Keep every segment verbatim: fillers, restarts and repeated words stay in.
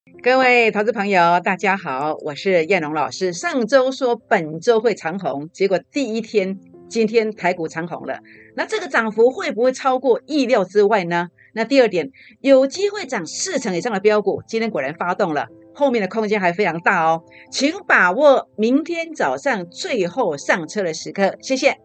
各位投资朋友，大家好，我是燕龙老师。上周说本周会长红，结果第一天今天台股长红了，那这个涨幅会不会超过意料之外呢？那第二点，有机会涨四成以上的标股，今天果然发动了，后面的空间还非常大哦，请把握明天早上最后上车的时刻，谢谢。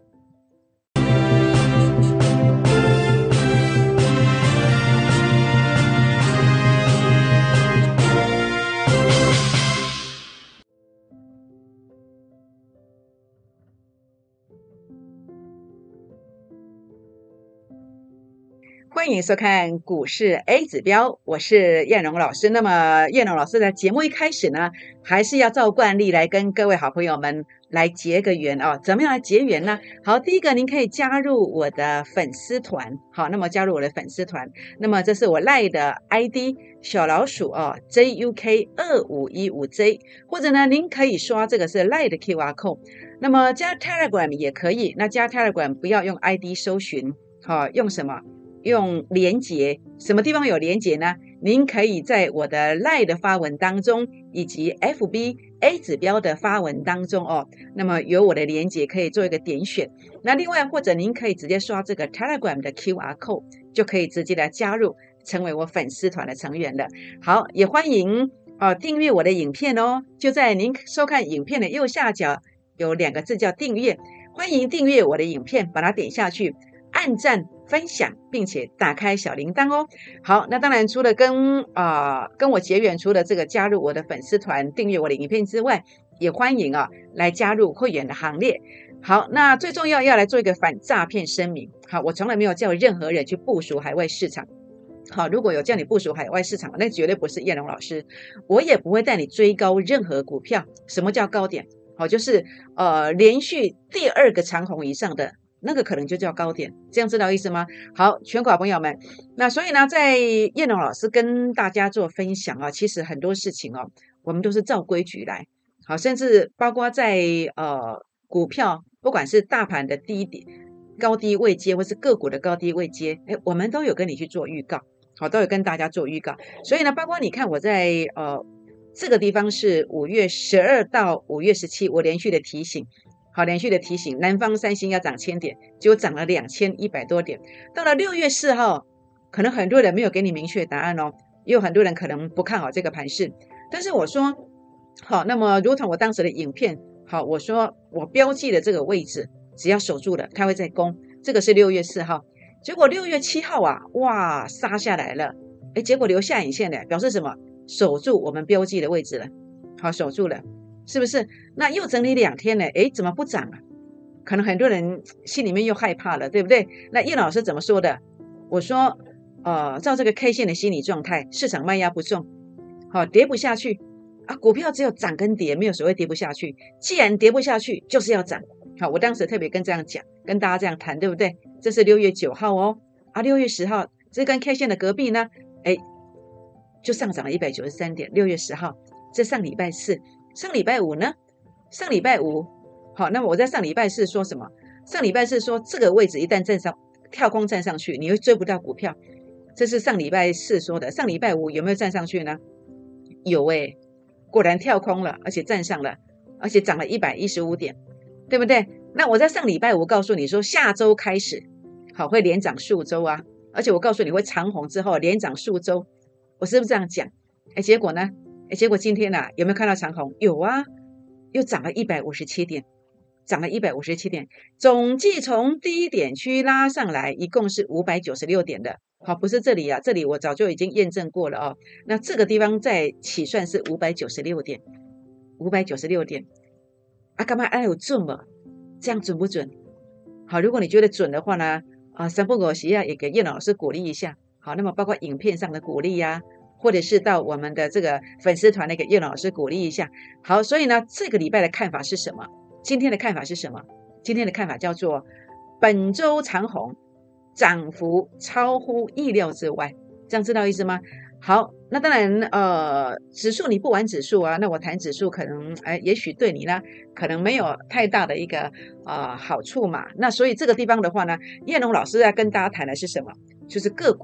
欢迎收看股市 A 指标，我是燕荣老师。那么燕荣老师的节目一开始呢，还是要照惯例来跟各位好朋友们来结个缘哦。怎么样来结缘呢？好，第一个您可以加入我的粉丝团，好，那么加入我的粉丝团，那么这是我 LINE 的 I D 小老鼠哦 J U K 二五一五 J， 或者呢您可以刷这个是 LINE 的 Q R code， 那么加 Telegram 也可以，那加 Telegram 不要用 I D 搜寻，好，用什么？用连结，什么地方有连结呢？您可以在我的 LINE 的发文当中，以及 F B A 指标的发文当中哦，那么有我的连结可以做一个点选。那另外或者您可以直接刷这个 Telegram 的 Q R code， 就可以直接来加入，成为我粉丝团的成员了。好，也欢迎呃订阅我的影片哦，就在您收看影片的右下角有两个字叫订阅，欢迎订阅我的影片，把它点下去。按赞分享，并且打开小铃铛哦。好，那当然除了跟啊、呃、跟我结缘，除了这个加入我的粉丝团、订阅我的影片之外，也欢迎啊来加入会员的行列。好，那最重要要来做一个反诈骗声明。好，我从来没有叫任何人去部署海外市场。好，如果有叫你部署海外市场，那绝对不是燕龙老师，我也不会带你追高任何股票。什么叫高点？好，就是呃连续第二个长红以上的。那个可能就叫高点，这样知道意思吗？好，全国朋友们，那所以呢，在燕龙老师跟大家做分享啊，其实很多事情哦，我们都是照规矩来，好，甚至包括在呃股票，不管是大盘的低点、高低位阶，或是个股的高低位阶，哎，我们都有跟你去做预告，好，都有跟大家做预告。所以呢，包括你看我在呃这个地方是五月十二到五月十七，我连续的提醒。好，连续的提醒，南方三星要涨千点，结果涨了两千一百多点。到了六月四号，可能很多人没有给你明确答案哦，也有很多人可能不看好这个盘势。但是我说，好，那么如同我当时的影片，好，我说我标记的这个位置，只要守住了，它会再攻。这个是六月四号，结果六月七号啊，哇，杀下来了，哎，结果留下影线的，表示什么？守住我们标记的位置了，好，守住了。是不是？那又整理两天了，诶，怎么不涨啊？可能很多人心里面又害怕了，对不对？那叶老师怎么说的？我说，呃，照这个 K 线的心理状态，市场卖压不重，好、哦，跌不下去啊。股票只有涨跟跌，没有所谓跌不下去。既然跌不下去，就是要涨。好，我当时特别跟这样讲，跟大家这样谈，对不对？这是六月九号哦，啊，六月十号，这根 K 线的隔壁呢，诶，就上涨了一百九十三点。六月十号，这上礼拜四。上礼拜五呢？上礼拜五，好，那么我在上礼拜四说什么？上礼拜四说这个位置一旦站上跳空站上去，你会追不到股票，这是上礼拜四说的。上礼拜五有没有站上去呢？有诶、欸，果然跳空了，而且站上了，而且涨了一百一十五点，对不对？那我在上礼拜五告诉你说，下周开始，好，会连涨数周啊，而且我告诉你会长红之后连涨数周，我是不是这样讲？哎，结果呢？哎，结果今天啊，有没有看到长红？有啊，又涨了一百五十七点，涨了一百五十七点，总计从低点区拉上来，一共是五百九十六点的。好，不是这里啊，这里我早就已经验证过了哦。那这个地方再起算是五百九十六点，五百九十六点啊，干嘛哎有准吗？这样准不准？好，如果你觉得准的话呢，啊，三不狗席啊，也给叶老师鼓励一下。好，那么包括影片上的鼓励呀、啊。或者是到我们的这个粉丝团那个叶老师鼓励一下。好，所以呢，这个礼拜的看法是什么？今天的看法是什么？今天的看法叫做本周长红，涨幅超乎意料之外，这样知道意思吗？好，那当然，呃，指数你不玩指数啊，那我谈指数可能，哎，也许对你呢，可能没有太大的一个啊、呃、好处嘛。那所以这个地方的话呢，叶龙老师要跟大家谈的是什么？就是个股。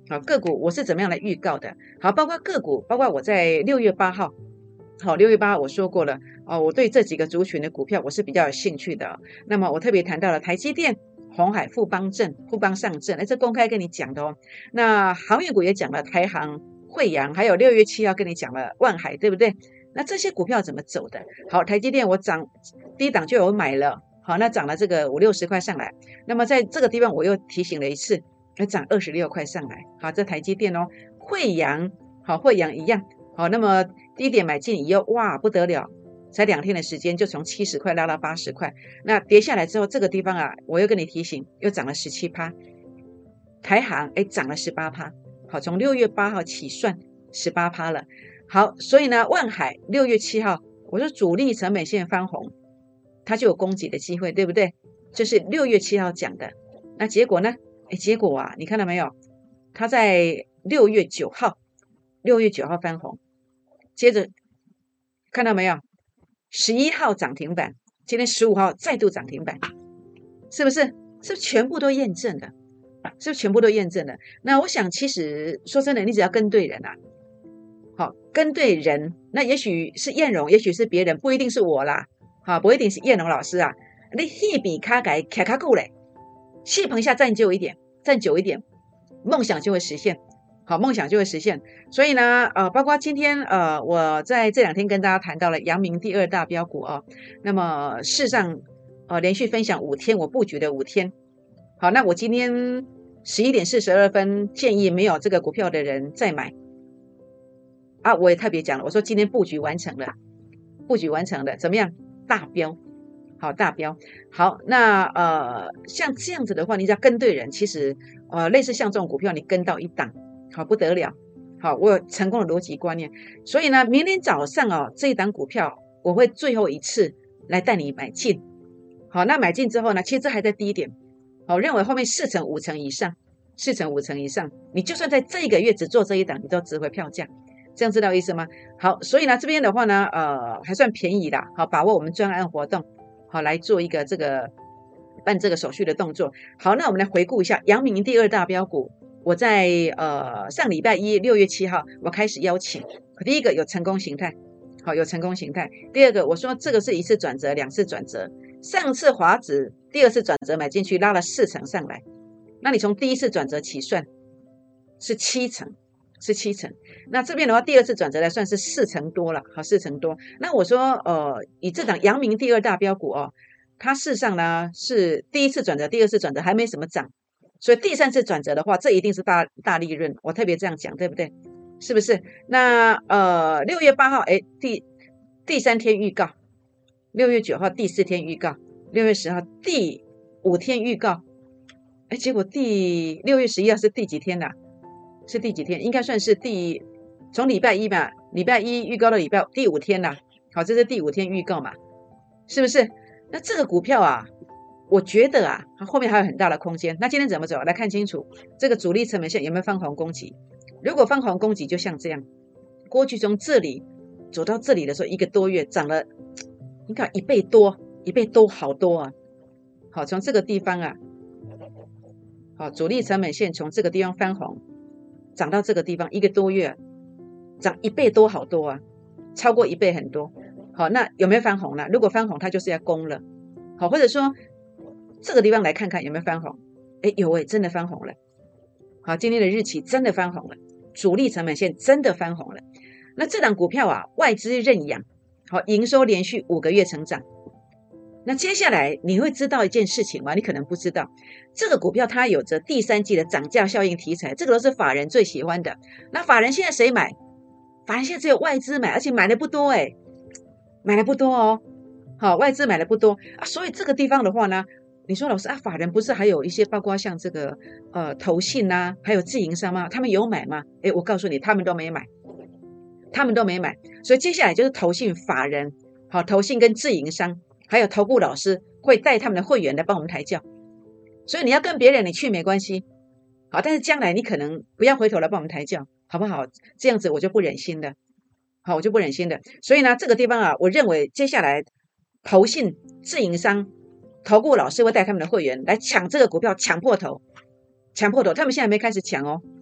好，个股我是怎么样来预告的？好，包括个股，包括我在六月八号，好，六月八号我说过了哦，我对这几个族群的股票我是比较有兴趣的。那么我特别谈到了台积电、鸿海、富邦证、富邦上证，哎，这公开跟你讲的哦。那航运股也讲了台航、惠阳，还有六月七号跟你讲了万海，对不对？那这些股票怎么走的？好，台积电我涨低档就有买了，好，那涨了这个五六十块上来。那么在这个地方我又提醒了一次，要涨二十六块上来。好，这台积电哦，惠阳，好，惠阳一样，好，那么低点买进以后，哇，不得了，才两天的时间就从七十块拉到八十块。那跌下来之后，这个地方啊，我又跟你提醒，又涨了十七趴。台航哎，涨了十八趴。好，从六月八号起算十八趴了。好，所以呢，万海六月七号，我说主力成本线翻红，它就有攻击的机会，对不对？就是六月七号讲的。那结果呢？哎，结果啊，你看到没有？它在六月九号，六月九号翻红，接着看到没有？十一号涨停板，今天十五号再度涨停板，是不是？是不是全部都验证了？是不是全部都验证了？那我想，其实说真的，你只要跟对人啊，好，跟对人，那也许是燕荣，也许是别人，不一定是我啦，好，不一定是燕荣老师啊。你戏比卡改卡卡固嘞，戏棚下站久一点，站久一点，梦想就会实现。好，梦想就会实现。所以呢，呃，包括今天呃，我在这两天跟大家谈到了阳明第二大标股哦。那么事实上，呃，连续分享五天，我布局的五天。好，那我今天十一点四十二分建议没有这个股票的人再买啊，我也特别讲了，我说今天布局完成了，布局完成了，怎么样？大标。好，大标。好，那呃，像这样子的话，你只要跟对人，其实呃，类似像这种股票，你跟到一档，好不得了。好，我有成功的逻辑观念，所以呢，明天早上哦，这一档股票我会最后一次来带你买进。好，那买进之后呢，其实这还在低点，好，认为后面四成五成以上，四成五成以上，你就算在这一个月只做这一档，你都值回票价。这样知道意思吗？好，所以呢，这边的话呢，呃，还算便宜啦，好，把握我们专案活动。好，来做一个这个办这个手续的动作。好，那我们来回顾一下阳明第二大标股。我在呃上礼拜一六月七号，我开始邀请。第一个有成功形态，好，有成功形态。第二个我说这个是一次转折，两次转折。上次华指第二次转折买进去拉了四成上来，那你从第一次转折起算是七成。是七成，那这边的话，第二次转折来算是四成多了，好，四成多。那我说，呃，以这档阳明第二大标股哦，它事实上呢是第一次转折，第二次转折还没什么涨，所以第三次转折的话，这一定是大大利润。我特别这样讲，对不对？是不是？那呃，六月八号，哎，第第三天预告，六月九号第四天预告，六月十号第五天预告，哎，结果第六月十一号是第几天呢？是第几天？应该算是第从礼拜一吧，礼拜一预告到礼拜第五天啦。好，这是第五天预告嘛，是不是？那这个股票啊，我觉得啊，它后面还有很大的空间。那今天怎么走？来看清楚这个主力成本线有没有翻红攻击？如果翻红攻击，就像这样，过去从这里走到这里的时候，一个多月涨了，你看一倍多，一倍多好多啊！好，从这个地方啊，好，主力成本线从这个地方翻红。涨到这个地方一个多月，涨一倍多好多啊，超过一倍很多。好，那有没有翻红呢？如果翻红，它就是要攻了。好，或者说这个地方来看看有没有翻红？哎，有哎，真的翻红了。好，今天的日期真的翻红了，主力成本线真的翻红了。那这档股票啊，外资认养，好，营收连续五个月成长。那接下来你会知道一件事情吗？你可能不知道，这个股票它有着第三季的涨价效应题材，这个都是法人最喜欢的。那法人现在谁买？法人现在只有外资买，而且买的不多哎，买的不多哦。好，外资买的不多啊，所以这个地方的话呢，你说老师啊，法人不是还有一些包括像这个呃投信啊，还有自营商吗？他们有买吗？诶，我告诉你，他们都没买，他们都没买。所以接下来就是投信法人，好，投信跟自营商。还有投顾老师会带他们的会员来帮我们抬轿，所以你要跟别人你去没关系，好，但是将来你可能不要回头来帮我们抬轿，好不好？这样子我就不忍心的，好，我就不忍心的。所以呢，这个地方啊，我认为接下来投信、自营商、投顾老师会带他们的会员来抢这个股票，抢破头，抢破头。他们现在没开始抢哦，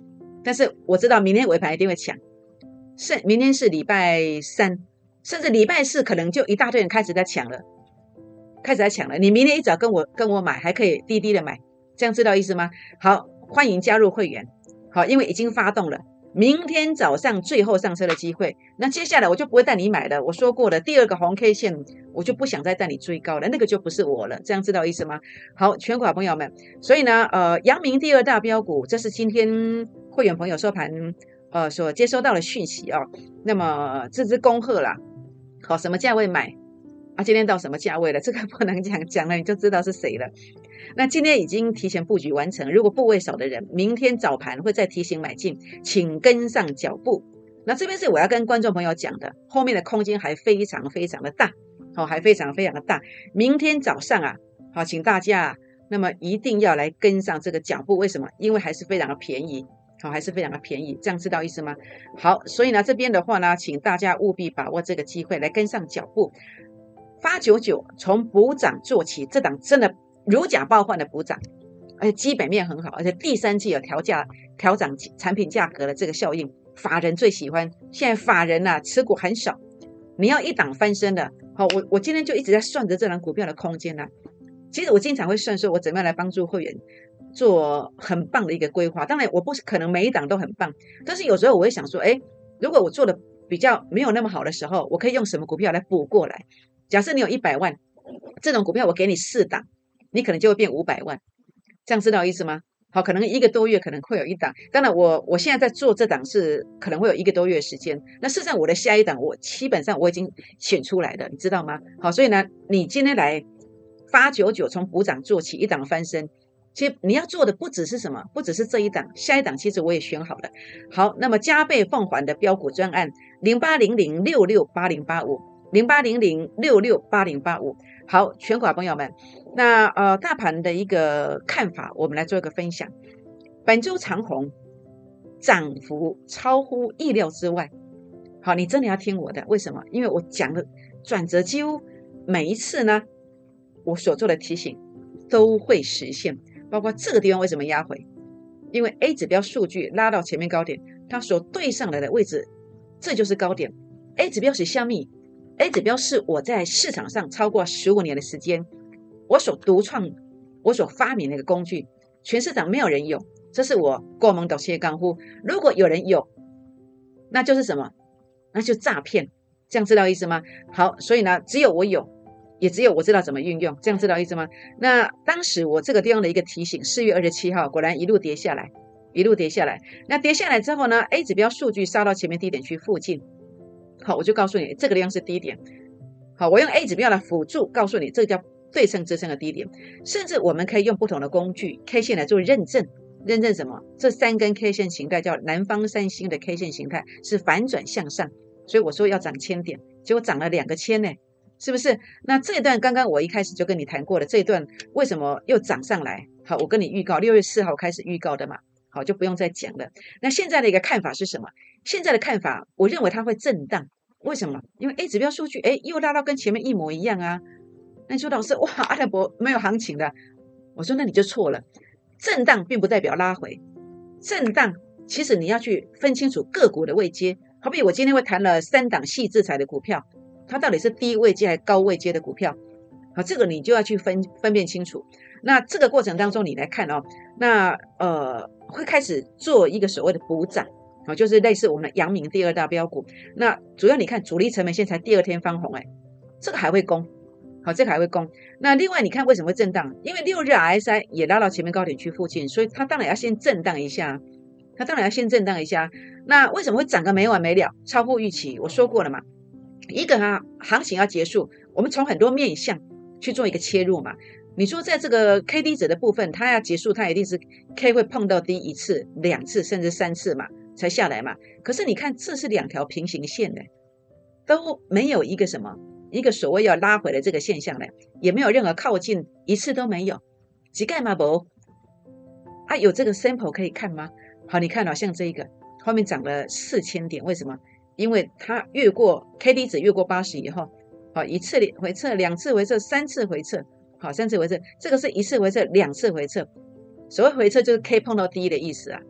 但是我知道明天尾盘一定会抢，是明天是礼拜三，甚至礼拜四可能就一大堆人开始在抢了，开始在抢了。你明天一早跟我跟我买，还可以低低的买，这样知道意思吗？好，欢迎加入会员。好，因为已经发动了，明天早上最后上车的机会。那接下来我就不会带你买了，我说过了，第二个红 K 线我就不想再带你追高了，那个就不是我了，这样知道意思吗？好，全国好朋友们，所以呢，呃，阳明第二大标股，这是今天会员朋友收盘呃所接收到的讯息哦。那么这支恭贺啦，好，什么价位买啊？今天到什么价位了？这个不能讲，讲了你就知道是谁了。那今天已经提前布局完成，如果部位少的人，明天早盘会再提醒买进，请跟上脚步。那这边是我要跟观众朋友讲的，后面的空间还非常非常的大，好，还非常非常的大。明天早上啊，好，请大家啊，那么一定要来跟上这个脚步。为什么？因为还是非常的便宜，好，还是非常的便宜，这样知道意思吗？好，所以呢，这边的话呢，请大家务必把握这个机会来跟上脚步。八九九从补涨做起，这档真的如假包换的补涨，而且基本面很好，而且第三季有调价调涨产品价格的这个效应，法人最喜欢。现在法人啊持股很少，你要一档翻身的，好，我我今天就一直在算着这档股票的空间啊。其实我经常会算说，我怎么样来帮助会员做很棒的一个规划。当然，我不可能每一档都很棒，但是有时候我会想说，哎，如果我做的比较没有那么好的时候，我可以用什么股票来补过来？假设你有一百万，这种股票我给你四档，你可能就会变五百万，这样知道意思吗？好，可能一个多月可能会有一档，当然我我现在在做这档是可能会有一个多月的时间，那事实上我的下一档我基本上我已经选出来了，你知道吗？好，所以呢，你今天来八九九从补涨做起，一档翻身，其实你要做的不只是什么，不只是这一档，下一档其实我也选好了。好，那么加倍奉还的标股专案零八零零六六八零八五。零八零零六六八零八五，好，全国朋友们，那呃大盘的一个看法，我们来做一个分享。本周长红，涨幅超乎意料之外。好，你真的要听我的，为什么？因为我讲的转折几乎每一次呢，我所做的提醒都会实现。包括这个地方为什么压回？因为 A 指标数据拉到前面高点，它所对上来的位置，这就是高点。A 指标是虾米？A 指标是我在市场上超过十五年的时间，我所独创、我所发明的一个工具，全市场没有人有，这是我过门导谢干呼。如果有人有，那就是什么？那就诈骗，这样知道意思吗？好，所以呢，只有我有，也只有我知道怎么运用，这样知道意思吗？那当时我这个地方的一个提醒，四月二十七号果然一路跌下来，一路跌下来。那跌下来之后呢 ，A 指标数据杀到前面低点区附近。好，我就告诉你，这个地方是低点。好，我用 A 指标来辅助告诉你，这个叫对称支撑的低点。甚至我们可以用不同的工具 K 线来做认证，认证什么？这三根 K 线形态叫南方三星的 K 线形态是反转向上，所以我说要涨千点，结果涨了两个千呢，是不是？那这一段刚刚我一开始就跟你谈过了，这一段为什么又涨上来？好，我跟你预告，六月四号开始预告的嘛。好，就不用再讲了。那现在的一个看法是什么？现在的看法，我认为它会震荡。为什么？因为 A 指标数据，哎，又拉到跟前面一模一样啊。那你说老师，哇，阿拉伯没有行情的。我说那你就错了。震荡并不代表拉回，震荡其实你要去分清楚个股的位阶。好比我今天会谈了三档细制裁的股票，它到底是低位阶还是高位阶的股票？好，这个你就要去分分辨清楚。那这个过程当中，你来看哦，那呃会开始做一个所谓的补涨，好，就是类似我们的阳明第二大标股。那主要你看主力成本线才第二天翻红，哎，这个还会攻，好，这个还会攻。那另外你看为什么会震荡？因为六日 R S I 也拉到前面高点区附近，所以它当然要先震荡一下，它当然要先震荡一下。那为什么会涨个没完没了，超乎预期？我说过了嘛，一个啊行情要结束，我们从很多面向去做一个切入嘛。你说在这个 K D 值的部分，它要结束，它一定是 K 会碰到低一次、两次甚至三次嘛，才下来嘛。可是你看，这是两条平行线的，都没有一个什么一个所谓要拉回的这个现象呢，也没有任何靠近，一次都没有。几盖嘛不啊？有这个 sample 可以看吗？好，你看哦，像这一个后面涨了四千点，为什么？因为它越过 K D 值越过八十以后，好，一次回撤，两次回撤，三次回撤。好，三次回撤，这个是一次回撤，两次回撤。所谓回撤就是 K 碰到低的意思啊。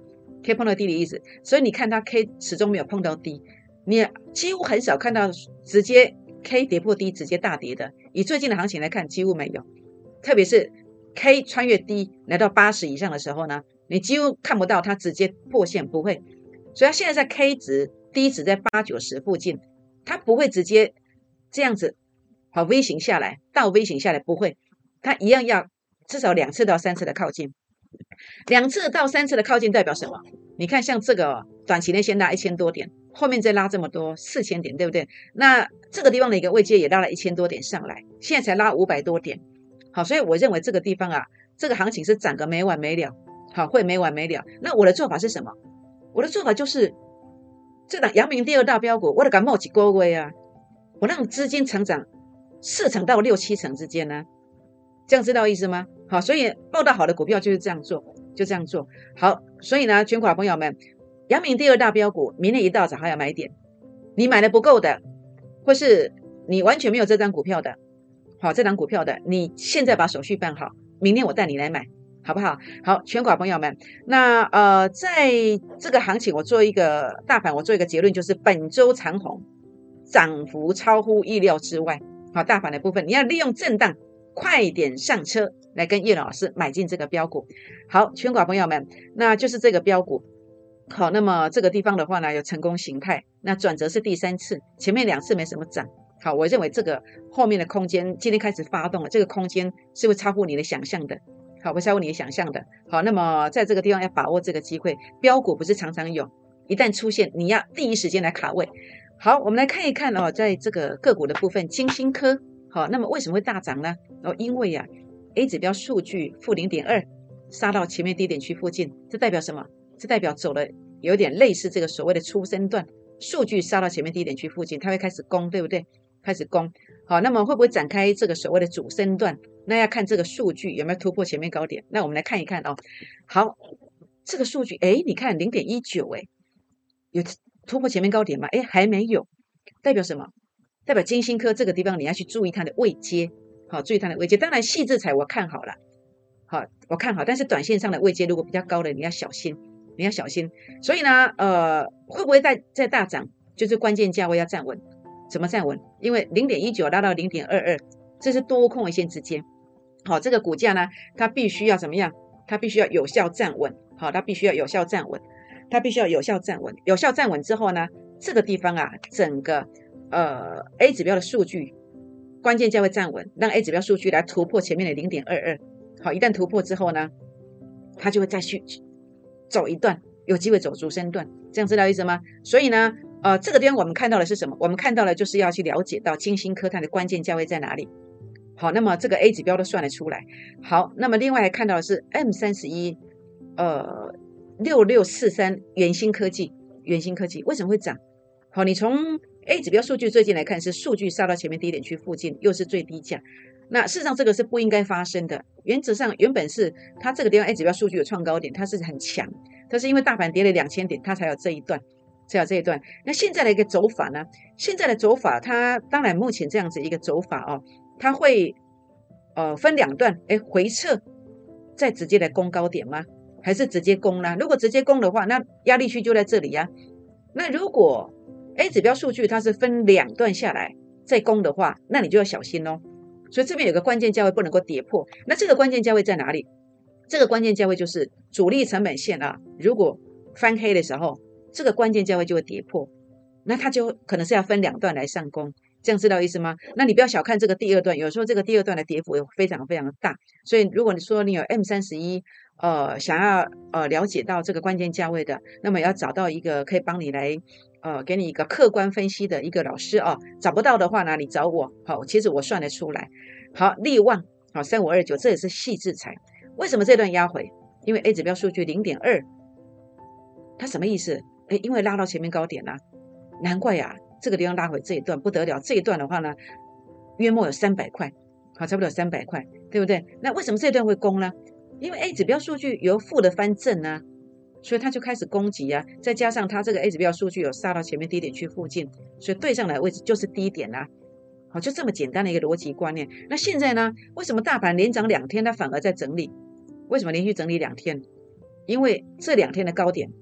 ，K 碰到低的意思，所以你看它 K 始终没有碰到低，你几乎很少看到直接 K 跌破低直接大跌的。以最近的行情来看，几乎没有，特别是 K 穿越低来到八十以上的时候呢，你几乎看不到它直接破线，不会。所以它现在在 K 值低值在八九十附近，它不会直接这样子好 V 型下来，倒 V 型下来不会，它一样要至少两次到三次的靠近。两次到三次的靠近代表什么？你看像这个短期内先拉一千多点，后面再拉这么多四千点，对不对？那这个地方的一个位阶也拉了一千多点上来，现在才拉五百多点。好，所以我认为这个地方啊，这个行情是涨个没完没了，好，会没完没了。那我的做法是什么？我的做法就是这档阳明第二大标股，我的敢冒几个位啊，我让资金成长四成到六七成之间呢、啊，这样知道意思吗？好，所以报道好的股票就是这样做，就这样做。好，所以呢，全国朋友们，阳明第二大标股，明天一大早还要买点，你买的不够的，或是你完全没有这张股票的，好，这张股票的，你现在把手续办好，明天我带你来买，好不好？好，全国朋友们，那呃，在这个行情，我做一个大盘，我做一个结论，就是本周长红，涨幅超乎意料之外。好，大盘的部分，你要利用震荡，快点上车来跟叶老师买进这个标股。好，全国朋友们，那就是这个标股。好，那么这个地方的话呢，有成功形态，那转折是第三次，前面两次没什么涨。好，我认为这个后面的空间今天开始发动了，这个空间是会超乎你的想象的，好，会超乎你的想象的。好，那么在这个地方要把握这个机会，标股不是常常有，一旦出现，你要第一时间来卡位。好，我们来看一看哦，在这个个股的部分，金星科，好，那么为什么会大涨呢？哦，因为呀、啊、，A 指标数据负零点二，杀到前面低点区附近，这代表什么？这代表走了有点类似这个所谓的初升段，数据杀到前面低点区附近，它会开始攻，对不对？开始攻，好，那么会不会展开这个所谓的主升段？那要看这个数据有没有突破前面高点。那我们来看一看哦。好，这个数据，哎，你看零点一九，哎，有突破前面高点吗？哎，还没有，代表什么？代表金星科这个地方你要去注意它的位阶，好，注意它的位阶。当然，细制裁我看好了，好，我看好，但是短线上的位阶如果比较高的，你要小心，你要小心。所以呢，呃，会不会再再大涨？就是关键价位要站稳。怎么站稳？因为零点一九拉到零点二二，这是多空一线之间。好，这个股价呢，它必须要怎么样？它必须要有效站稳。好，它必须要有效站稳，它必须要有效站稳。有效站稳之后呢，这个地方啊，整个呃 A 指标的数据关键价位站稳，让 A 指标数据来突破前面的零点二二。好，一旦突破之后呢，它就会再去走一段，有机会走主升段，这样知道意思吗？所以呢。呃，这个地方我们看到的是什么？我们看到的就是要去了解到金星科它的关键价位在哪里。好，那么这个 A 指标都算得出来。好，那么另外还看到的是 M 三十一，呃，六六四三元芯科技，元芯科技为什么会涨？好，你从 A 指标数据最近来看，是数据杀到前面低点区附近，又是最低价。那事实上这个是不应该发生的。原则上原本是它这个地方 A 指标数据有创高点，它是很强，但是因为大盘跌了两千点，它才有这一段。才有这一段。那现在的一个走法呢？现在的走法，它当然目前这样子一个走法哦，它会呃分两段，哎，回撤再直接来攻高点吗？还是直接攻呢？如果直接攻的话，那压力区就在这里呀、啊。那如果 A 指标数据它是分两段下来再攻的话，那你就要小心哦。所以这边有个关键价位不能够跌破。那这个关键价位在哪里？这个关键价位就是主力成本线啊。如果翻黑的时候，这个关键价位就会跌破，那它就可能是要分两段来上攻，这样知道意思吗？那你不要小看这个第二段，有时候这个第二段的跌幅也非常非常的大。所以如果你说你有 M 三十一，呃，想要呃了解到这个关键价位的，那么要找到一个可以帮你来呃给你一个客观分析的一个老师哦。找不到的话呢，你找我，好，其实我算得出来。好，力旺，好，三五二九，这也是细制裁。为什么这段压回？因为 A 指标数据零点二，它什么意思？诶，因为拉到前面高点啦、啊，难怪呀、啊，这个地方拉回这一段不得了。这一段的话呢，约莫有三百块，好，差不多有三百块，对不对？那为什么这一段会攻呢？因为 A 指标数据由负的翻正啊，所以它就开始攻击啊。再加上它这个 A 指标数据有杀到前面低点区附近，所以对上来的位置就是低点啊。好，就这么简单的一个逻辑观念。那现在呢，为什么大盘连涨两天，它反而在整理？为什么连续整理两天？因为这两天的高点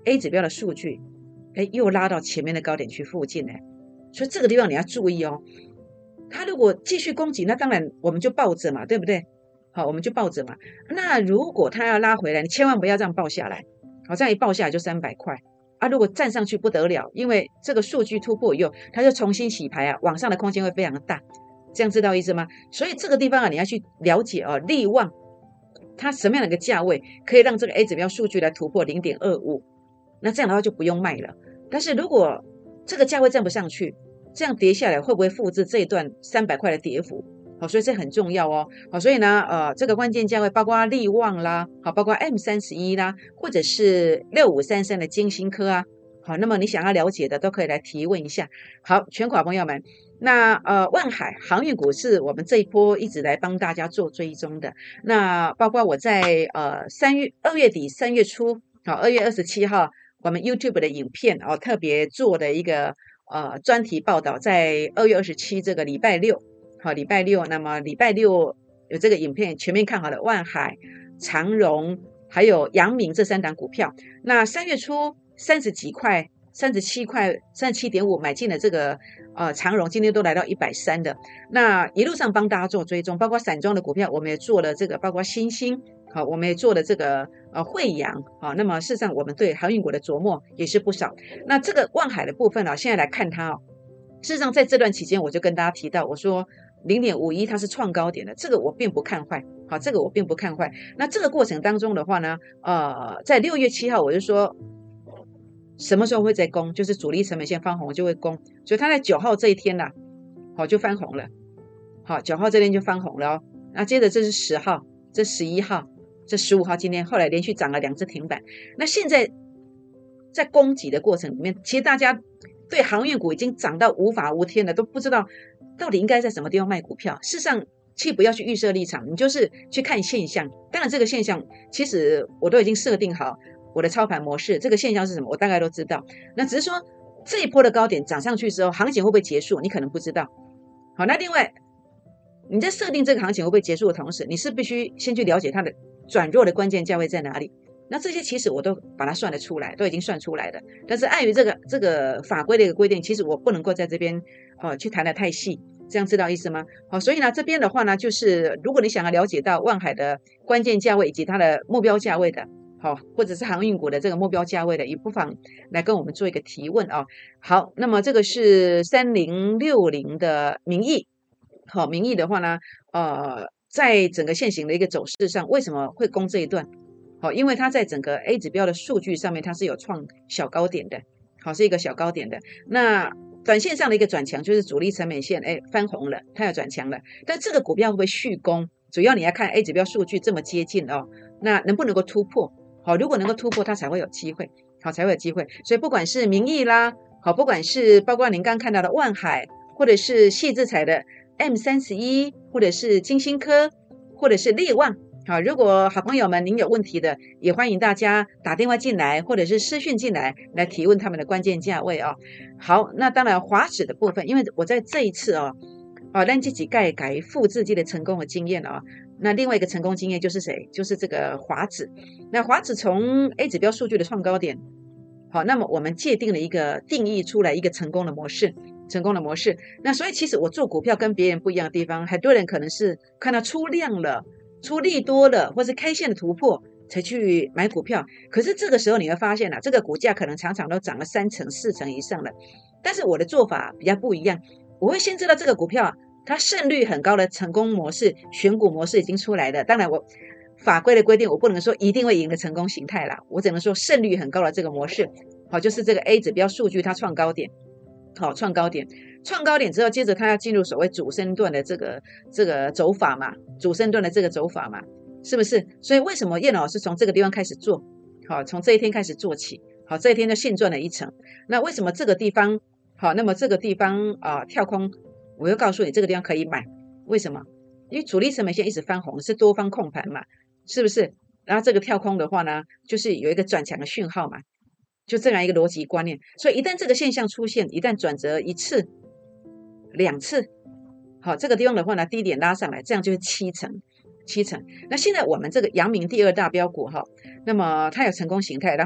A 指标的数据，哎，又拉到前面的高点去附近呢，所以这个地方你要注意哦。它如果继续攻击，那当然我们就抱着嘛，对不对？好，我们就抱着嘛。那如果它要拉回来，你千万不要这样抱下来，好，这样一抱下来就三百块啊。如果站上去不得了，因为这个数据突破以后，它就重新洗牌啊，往上的空间会非常的大，这样知道意思吗？所以这个地方啊，你要去了解哦，力旺它什么样的一个价位可以让这个 A 指标数据来突破 零点二五，那这样的话就不用卖了。但是如果这个价位站不上去，这样跌下来会不会复制这一段三百块的跌幅？好，所以这很重要哦。好，所以呢，呃，这个关键价位包括力旺啦，好，包括 M 三十一啦，或者是六五三三的金星科啊。好，那么你想要了解的都可以来提问一下。好，全款朋友们，那呃，万海航运股是我们这一波一直来帮大家做追踪的。那包括我在呃三月二月底三月初，好，二月二十七号，我们 YouTube 的影片哦，特别做的一个呃专题报道，在二月二十七这个礼拜六，好，礼拜六，那么礼拜六有这个影片全面看好了万海、长荣还有阳明这三档股票。那三月初三十几块。三十七块三十七点五买进了这个呃长荣，今天都来到一百三的。那一路上帮大家做追踪，包括散装的股票，我们也做了这个，包括新兴，好，我们也做了这个呃惠阳，好，那么事实上我们对航运股的琢磨也是不少。那这个万海的部分啊，现在来看它哦，事实上在这段期间我就跟大家提到，我说零点五一它是创高点的，这个我并不看坏，好，这个我并不看坏。那这个过程当中的话呢，呃，在六月七号我就说。什么时候会再攻？就是主力成本线翻红就会攻，所以它在九号这一天啦、啊，好就翻红了，好九号这天就翻红了哦。那接着这是十号，这十一号，这十五号，今天后来连续涨了两只停板。那现在在攻击的过程里面，其实大家对航运股已经涨到无法无天了，都不知道到底应该在什么地方卖股票。事实上，其实不要去预设立场，你就是去看现象。当然，这个现象其实我都已经设定好。我的操盘模式，这个现象是什么？我大概都知道。那只是说这一波的高点涨上去之后，行情会不会结束？你可能不知道。好，那另外你在设定这个行情会不会结束的同时，你是必须先去了解它的转弱的关键价位在哪里。那这些其实我都把它算得出来，都已经算出来的。但是碍于这个这个法规的一个规定，其实我不能够在这边呃去谈得太细。这样知道意思吗？好，所以呢，这边的话呢，就是如果你想要了解到万海的关键价位以及它的目标价位的。好，或者是航运股的这个目标价位的，也不妨来跟我们做一个提问啊。好，那么这个是三零六零的名义，好，名义的话呢，呃，在整个现行的一个走势上，为什么会攻这一段？好，因为它在整个 A 指标的数据上面，它是有创小高点的，好，是一个小高点的。那短线上的一个转强，就是主力成本线，哎，翻红了，它要转强了。但这个股票会不会续攻？主要你要看 A 指标数据这么接近哦，那能不能够突破？好，如果能够突破，它才会有机会，好，才会有机会。所以不管是名义啦，好，不管是包括您刚刚看到的万海，或者是矽智财的 M 三十一，或者是金星科，或者是力旺，好，如果好朋友们您有问题的，也欢迎大家打电话进来，或者是私讯进来，来提问他们的关键价位哦。好，那当然华指的部分，因为我在这一次哦，啊，让自己盖改复制自己的成功的经验啊、哦。那另外一个成功经验就是谁？就是这个华指。那华指从 A 指标数据的创高点，好，那么我们界定了一个定义出来一个成功的模式，成功的模式。那所以其实我做股票跟别人不一样的地方，很多人可能是看到出量了、出利多了，或是 K 线的突破才去买股票。可是这个时候你会发现啊，这个股价可能常常都涨了三成、四成以上了。但是我的做法比较不一样，我会先知道这个股票。它胜率很高的成功模式，选股模式已经出来了。当然，我法规的规定，我不能说一定会赢的成功形态啦，我只能说胜率很高的这个模式，好，就是这个 A 指标数据它创高点，好，创高点，创高点之后，接着它要进入所谓主升段的这个这个走法嘛，主升段的这个走法嘛，是不是？所以为什么叶老师从这个地方开始做？好，从这一天开始做起，好，这一天就现赚了一成。那为什么这个地方好？那么这个地方啊、呃、跳空？我又告诉你这个地方可以买，为什么？因为主力成本线一直翻红，是多方控盘嘛，是不是？然后这个跳空的话呢，就是有一个转强的讯号嘛，就这样一个逻辑观念。所以一旦这个现象出现，一旦转折一次、两次，好，这个地方的话呢，低点拉上来，这样就是七成，七成。那现在我们这个阳明第二大标股哈，那么它有成功形态，然后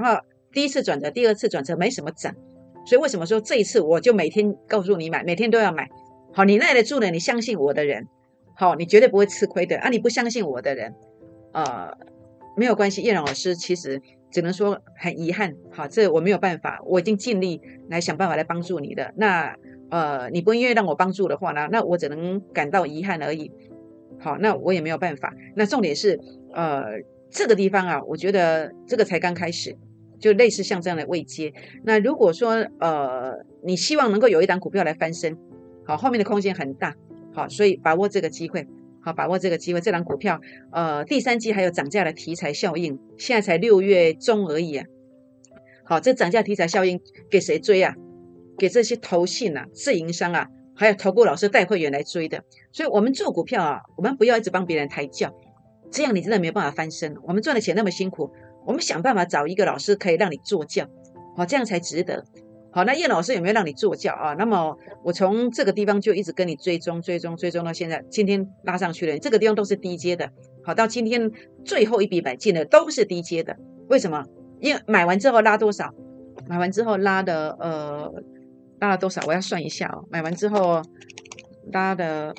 第一次转折，第二次转折没什么涨，所以为什么说这一次我就每天告诉你买，每天都要买。好，你耐得住呢，你相信我的人，好，你绝对不会吃亏的啊！你不相信我的人，呃，没有关系。叶老师其实只能说很遗憾，好，这我没有办法，我已经尽力来想办法来帮助你的。那呃，你不愿意让我帮助的话呢，那我只能感到遗憾而已。好，那我也没有办法。那重点是，呃，这个地方啊，我觉得这个才刚开始，就类似像这样的位阶。那如果说呃，你希望能够有一档股票来翻身，好，后面的空间很大，好，所以把握这个机会，好，把握这个机会。这档股票，呃，第三季还有涨价的题材效应，现在才六月中而已啊。好，这涨价题材效应给谁追啊？给这些投信啊、自营商啊，还有投顾老师带会员来追的。所以我们做股票啊，我们不要一直帮别人抬轿，这样你真的没有办法翻身。我们赚的钱那么辛苦，我们想办法找一个老师可以让你做轿，好，这样才值得。好，那叶老师有没有让你做轿啊？那么我从这个地方就一直跟你追踪、追踪、追踪到现在，今天拉上去了，这个地方都是低阶的。好，到今天最后一笔买进的都是低阶的，为什么？因为买完之后拉多少？买完之后拉的呃。拉了多少？我要算一下哦。买完之后拉的，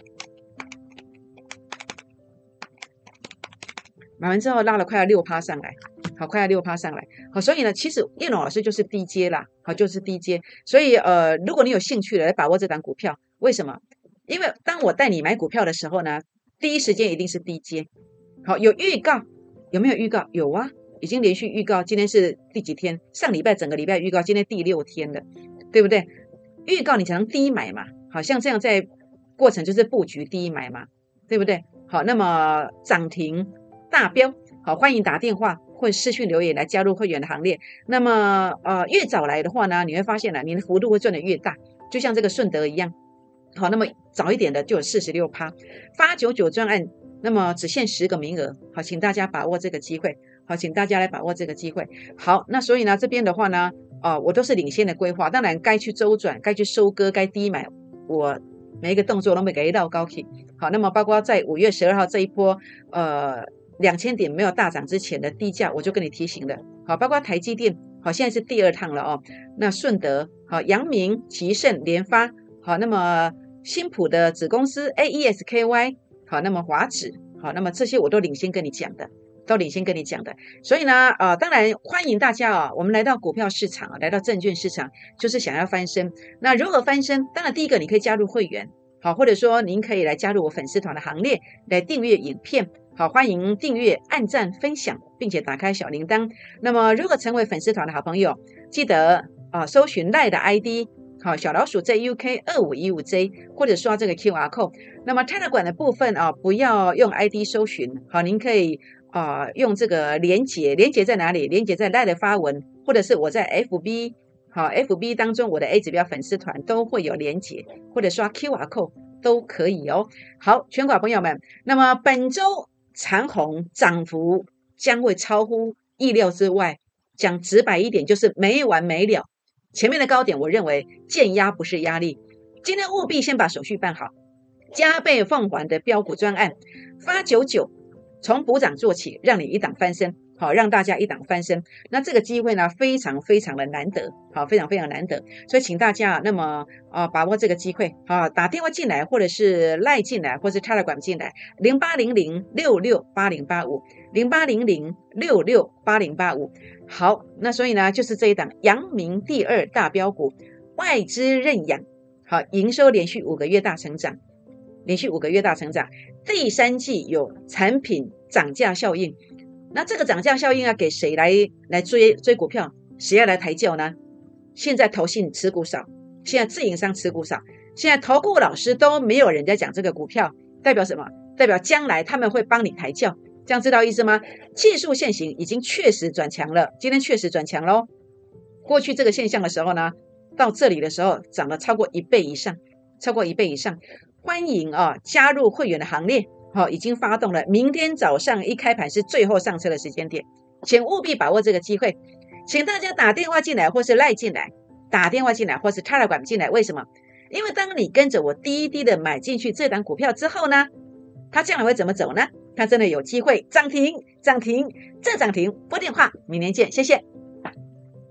买完之后拉了快要六趴上来，好，快要六趴上来。好，所以呢，其实叶龙老师就是低阶啦，好，就是低阶。所以呃，如果你有兴趣的来把握这档股票，为什么？因为当我带你买股票的时候呢，第一时间一定是低阶。好，有预告，有没有预告？有啊，已经连续预告。今天是第几天？上礼拜整个礼拜预告，今天第六天了，对不对？预告你才能低买嘛，好像这样在过程就是布局低买嘛，对不对？好，那么涨停大标，好，欢迎打电话或私讯留言来加入会员的行列。那么呃，越早来的话呢，你会发现呢，你的幅度会赚得越大，就像这个顺德一样。好，那么早一点的就有 百分之四十六， 八九九专案，那么只限十个名额，好，请大家把握这个机会。好，请大家来把握这个机会。好，那所以呢，这边的话呢，呃，我都是领先的规划。当然，该去周转，该去收割，该低买，我每一个动作都没给绕高起。好，那么包括在五月十二号这一波，呃，两千点没有大涨之前的低价，我就跟你提醒了。好，包括台积电，好，现在是第二趟了哦。那顺德，好，阳明、奇胜、联发，好，那么新普的子公司 A E S K Y， 好，那么华指，好，那么这些我都领先跟你讲的。都领先跟你讲的，所以呢，呃，当然欢迎大家啊，我们来到股票市场，来到证券市场，就是想要翻身。那如何翻身？当然第一个你可以加入会员，好，或者说您可以来加入我粉丝团的行列，来订阅影片，好，欢迎订阅、按赞、分享，并且打开小铃铛。那么如何成为粉丝团的好朋友，记得啊、呃，搜寻 LINE 的 I D。好，小老鼠 J U K 二五一五 J 或者刷这个 Q R code。那么 Telegram 的部分啊，不要用 I D 搜寻，好，您可以啊、呃、用这个连结，连结在哪里？连结在 LINE 的发文，或者是我在 F B 好 F B 当中我的 A 指标粉丝团都会有连结，或者刷 Q R code 都可以哦。好，全国朋友们，那么本周长红涨幅将会超乎意料之外，讲直白一点就是没完没了。前面的高点我认为见压不是压力，今天务必先把手续办好，加倍奉还的标股专案发九九，从补涨做起，让你一档翻身，好，让大家一档翻身。那这个机会呢，非常非常的难得，好，非常非常难得，所以请大家那么啊、呃、把握这个机会啊，打电话进来，或者是赖进来，或是 Telegram 进来，零八零零六六八零八五，零八零零六六八零八五。好，那所以呢，就是这一档阳明第二大标股，外资认养，好，营收连续五个月大成长，连续五个月大成长，第三季有产品涨价效应。那这个涨价效应要给谁来来追追股票？谁要来抬轿呢？现在投信持股少，现在自营商持股少，现在投顾老师都没有人在讲这个股票，代表什么？代表将来他们会帮你抬轿。这样知道意思吗？技术线型已经确实转强了，今天确实转强咯。过去这个现象的时候呢，到这里的时候涨了超过一倍以上，超过一倍以上。欢迎啊加入会员的行列，好、哦，已经发动了。明天早上一开盘是最后上车的时间点，请务必把握这个机会。请大家打电话进来，或是赖进来，打电话进来，或是 Telegram 进来。为什么？因为当你跟着我滴滴的买进去这档股票之后呢，它将来会怎么走呢？它真的有机会涨停，涨停，再涨停。拨电话，明年见，谢谢。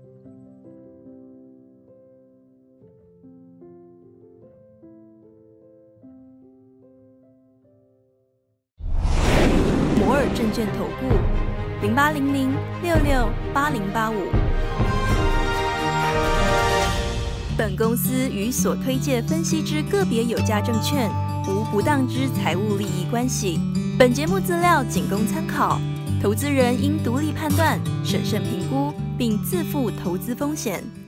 证券投顾零八零零六六八零八五。本公司与所推介分析之个别有价证券无不当之财务利益关系。本节目资料仅供参考，投资人应独立判断、审慎评估，并自负投资风险。